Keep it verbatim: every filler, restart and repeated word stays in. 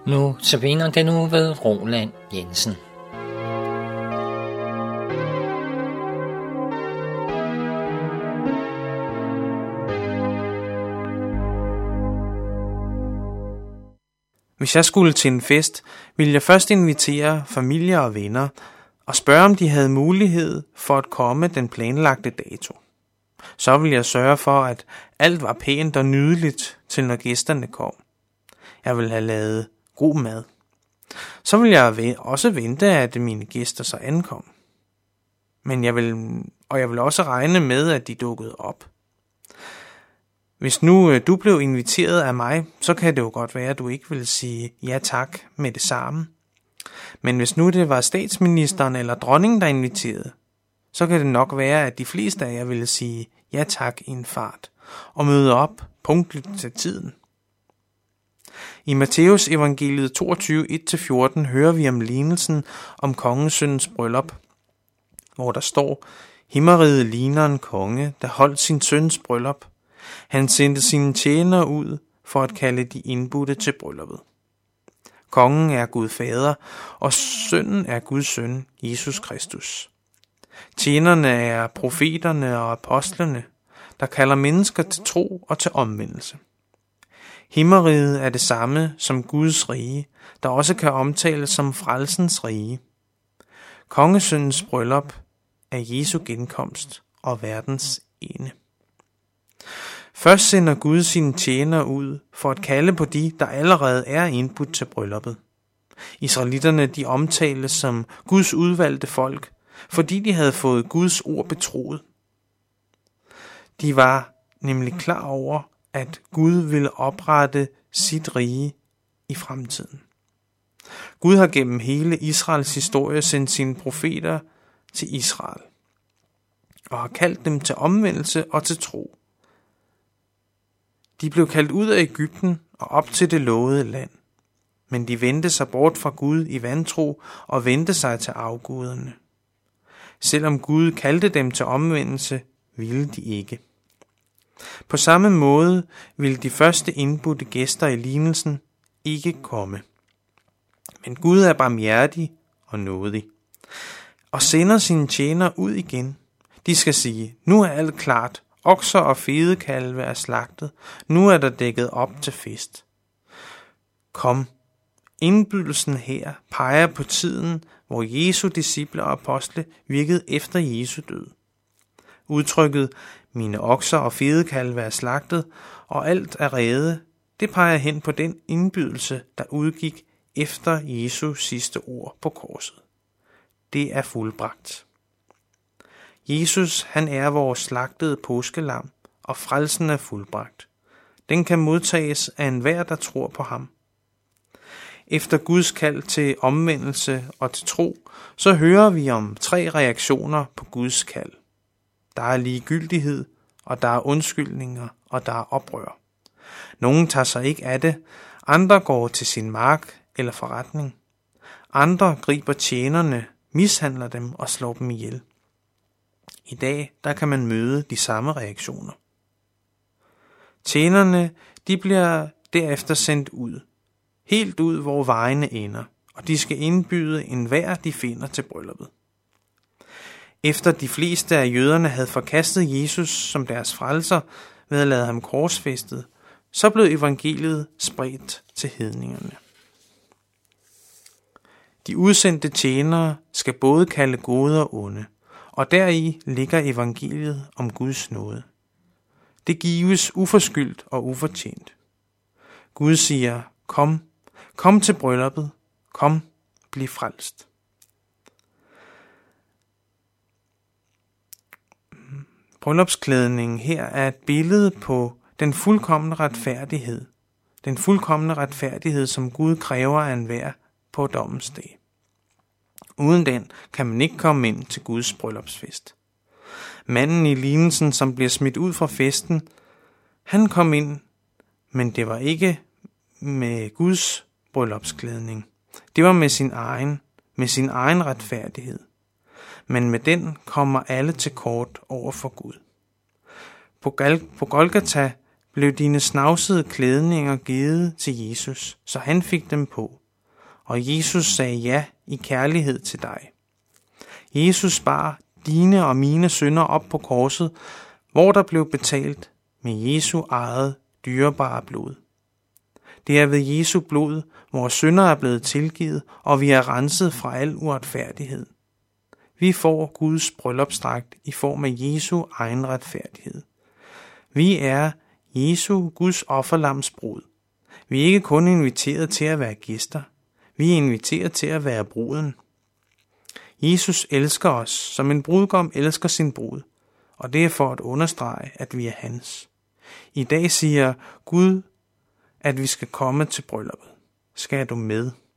Nu tabiner den nu ved Roland Jensen. Hvis jeg skulle til en fest, ville jeg først invitere familie og venner og spørge, om de havde mulighed for at komme den planlagte dato. Så ville jeg sørge for, at alt var pænt og nydeligt, til når gæsterne kom. Jeg ville have lavet god mad. Så ville jeg også vente, at mine gæster så ankom. Men jeg vil, og jeg vil også regne med, at de dukkede op. Hvis nu du blev inviteret af mig, så kan det jo godt være, at du ikke vil sige ja tak med det samme. Men hvis nu det var statsministeren eller dronningen, der inviterede, så kan det nok være, at de fleste af jer ville sige ja tak i en fart og møde op punktligt til tiden. I Matteus evangeliet toogtyve, et til fjorten hører vi om lignelsen om kongesønnens bryllup, hvor der står: Himmeriget ligner en konge, der holdt sin søns bryllup. Han sendte sine tjenere ud for at kalde de indbudte til brylluppet. Kongen er Gud fader, og sønnen er Guds søn, Jesus Kristus. Tjenerne er profeterne og apostlene, der kalder mennesker til tro og til omvendelse. Himmeriget er det samme som Guds rige, der også kan omtales som frelsens rige. Kongesønnens bryllup er Jesu genkomst og verdens ende. Først sender Gud sine tjenere ud for at kalde på de, der allerede er indbudt til brylluppet. Israelitterne de omtales som Guds udvalgte folk, fordi de havde fået Guds ord betroet. De var nemlig klar over, at Gud ville oprette sit rige i fremtiden. Gud har gennem hele Israels historie sendt sine profeter til Israel og har kaldt dem til omvendelse og til tro. De blev kaldt ud af Egypten og op til det lovede land, men de vendte sig bort fra Gud i vantro og vendte sig til afguderne. Selvom Gud kaldte dem til omvendelse, ville de ikke. På samme måde ville de første indbudte gæster i lignelsen ikke komme. Men Gud er barmhjertig og nådig, og sender sine tjenere ud igen. De skal sige: nu er alt klart, okser og fedekalve er slagtet, nu er der dækket op til fest. Kom, indbydelsen her peger på tiden, hvor Jesu disciple og apostle virkede efter Jesu død. Udtrykket, mine okser og fedekalve er slagtet, og alt er rede, det peger hen på den indbydelse, der udgik efter Jesu sidste ord på korset. Det er fuldbragt. Jesus, han er vores slagtede påskelam, og frelsen er fuldbragt. Den kan modtages af enhver, der tror på ham. Efter Guds kald til omvendelse og til tro, så hører vi om tre reaktioner på Guds kald. Der er ligegyldighed, og der er undskyldninger, og der er oprør. Nogle tager sig ikke af det, andre går til sin mark eller forretning. Andre griber tjenerne, mishandler dem og slår dem ihjel. I dag, der kan man møde de samme reaktioner. Tjenerne, de bliver derefter sendt ud, helt ud hvor vejene ender, og de skal indbyde enhver, de finder til brylluppet. Efter de fleste af jøderne havde forkastet Jesus som deres frelser ved at lade ham korsfæstet, så blev evangeliet spredt til hedningerne. De udsendte tjenere skal både kalde gode og onde, og deri ligger evangeliet om Guds nåde. Det gives uforskyldt og ufortjent. Gud siger: kom, kom til brylluppet, kom, bliv frelst. Bryllupsklædningen her er et billede på den fuldkomne retfærdighed. Den fuldkomne retfærdighed, som Gud kræver af enhver på dommens dag. Uden den kan man ikke komme ind til Guds bryllupsfest. Manden i lignelsen, som bliver smidt ud fra festen, han kom ind, men det var ikke med Guds bryllupsklædning. Det var med sin egen, med sin egen retfærdighed. Men med den kommer alle til kort over for Gud. På, Gal- på Golgata blev dine snavsede klædninger givet til Jesus, så han fik dem på. og Jesus sagde ja i kærlighed til dig. Jesus bar dine og mine synder op på korset, hvor der blev betalt med Jesu eget dyrebare blod. Det er ved Jesu blod, vores synder er blevet tilgivet, og vi er renset fra al uretfærdighed. Vi får Guds bryllupsdragt i form af Jesu egen retfærdighed. Vi er Jesu, Guds offerlams brud. Vi er ikke kun inviteret til at være gæster. Vi er inviteret til at være bruden. Jesus elsker os, som en brudgom elsker sin brud, og det er for at understrege, at vi er hans. I dag siger Gud, at vi skal komme til brylluppet. Skal du med?